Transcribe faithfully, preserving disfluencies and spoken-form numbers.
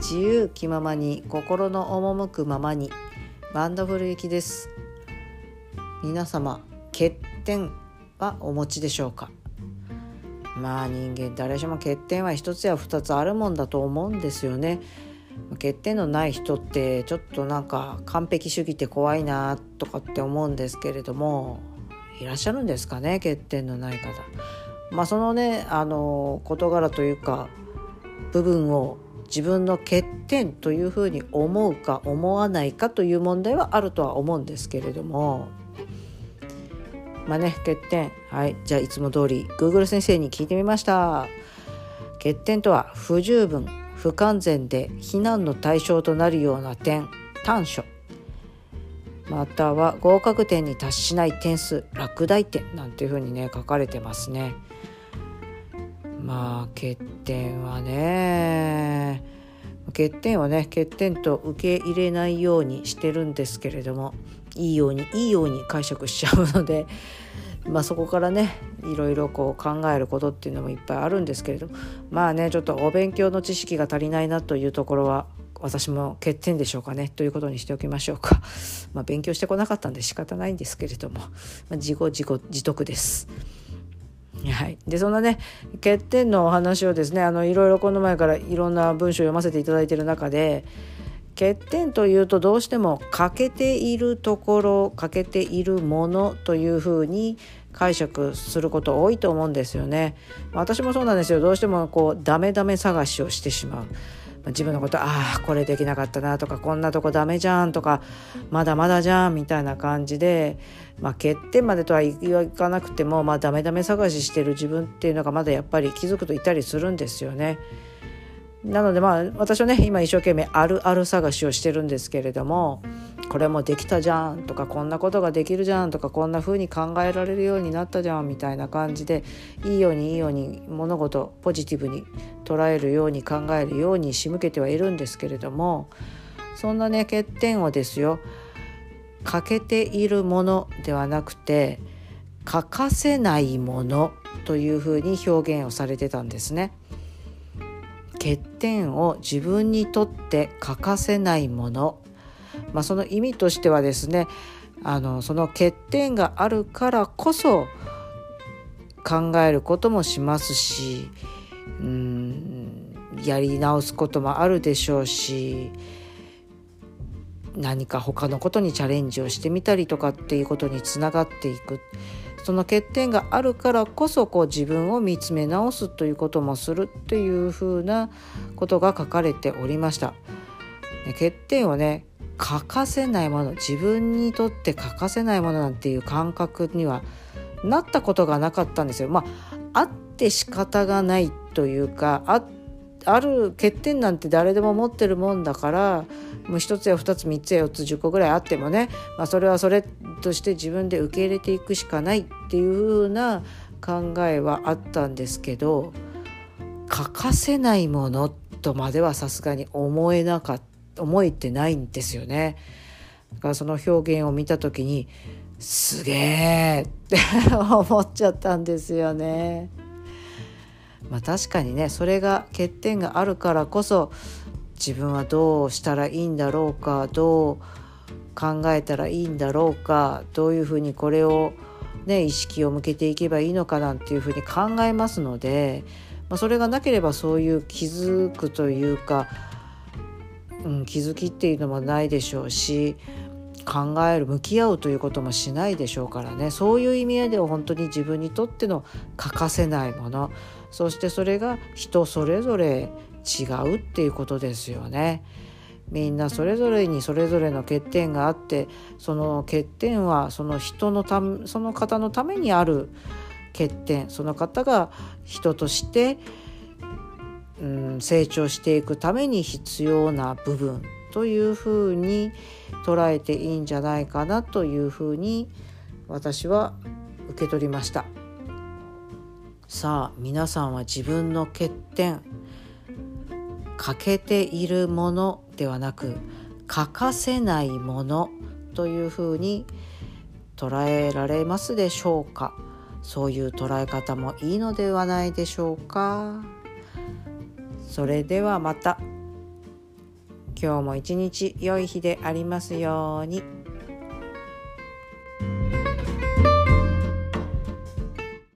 自由気ままに心の赴くままにワンダフルゆきです。皆様欠点はお持ちでしょうか。まあ人間誰しも欠点は一つや二つあるもんだと思うんですよね。欠点のない人ってちょっとなんか完璧主義って怖いなとかって思うんですけれども、いらっしゃるんですかね、欠点のない方。まあそのねあの事柄というか部分を自分の欠点というふうに思うか思わないかという問題はあるとは思うんですけれども、まあね欠点、はいじゃあいつも通り Google 先生に聞いてみました。欠点とは不十分不完全で非難の対象となるような点、短所または合格点に達しない点数、落第点なんていうふうにね書かれてますね。まあ欠点はね欠点はね欠点と受け入れないようにしてるんですけれども、いいようにいいように解釈しちゃうので、まあそこからねいろいろこう考えることっていうのもいっぱいあるんですけれども、まあねちょっとお勉強の知識が足りないなというところは私も欠点でしょうかねということにしておきましょうか。まあ勉強してこなかったんで仕方ないんですけれども、まあ、自業自業自得です。はい、でそんなね欠点のお話をですねあのいろいろこの前からいろんな文章を読ませていただいている中で、欠点というとどうしても欠けているところ欠けているものというふうに解釈すること多いと思うんですよね。私もそうなんですよ。どうしてもこうダメダメ探しをしてしまう。自分のことああこれできなかったなとか、こんなとこダメじゃんとか、まだまだじゃんみたいな感じで、まあ、欠点までとはいかなくても、まあ、ダメダメ探ししてる自分っていうのがまだやっぱり気づくといたりするんですよね。なのでまあ私はね今一生懸命あるある探しをしてるんですけれども、これもできたじゃんとか、こんなことができるじゃんとか、こんな風に考えられるようになったじゃんみたいな感じで、いいようにいいように物事ポジティブに捉えるように考えるように仕向けてはいるんですけれども、そんなね欠点をですよ欠けているものではなくて欠かせないものという風に表現をされてたんですね。欠点を自分にとって欠かせないもの、まあ、その意味としてはですねあのその欠点があるからこそ考えることもしますし、うーんやり直すこともあるでしょうし、何か他のことにチャレンジをしてみたりとかっていうことにつながっていく。その欠点があるからこそこう自分を見つめ直すということもするっていうふうなことが書かれておりました。欠点をね欠かせないもの、自分にとって欠かせないものなんていう感覚にはなったことがなかったんですよ。まああって仕方がないというか、あある欠点なんて誰でも持ってるもんだから、もう一つや二つ三つや四つ十個ぐらいあってもね、まあ、それはそれとして自分で受け入れていくしかないっていう風な考えはあったんですけど、欠かせないものとまではさすがに思えなかった思えてないんですよね。だからその表現を見た時にすげーって思っちゃったんですよね。まあ確かにねそれが欠点があるからこそ自分はどうしたらいいんだろうか、どう考えたらいいんだろうか、どういうふうにこれをね意識を向けていけばいいのかなんていうふうに考えますので、まあ、それがなければそういう気づくというか、うん、気づきっていうのもないでしょうし、考える向き合うということもしないでしょうからね。そういう意味合いでは本当に自分にとっての欠かせないもの、そしてそれが人それぞれ違うっていうことですよね。みんなそれぞれにそれぞれの欠点があって、その欠点はその人のためその方のためにある欠点、その方が人としてうん、成長していくために必要な部分というふうに捉えていいんじゃないかなというふうに私は受け取りました。さあ皆さんは自分の欠点、欠けているものではなく欠かせないものというふうに捉えられますでしょうか。そういう捉え方もいいのではないでしょうか。それではまた。 今日も一日良い日でありますように。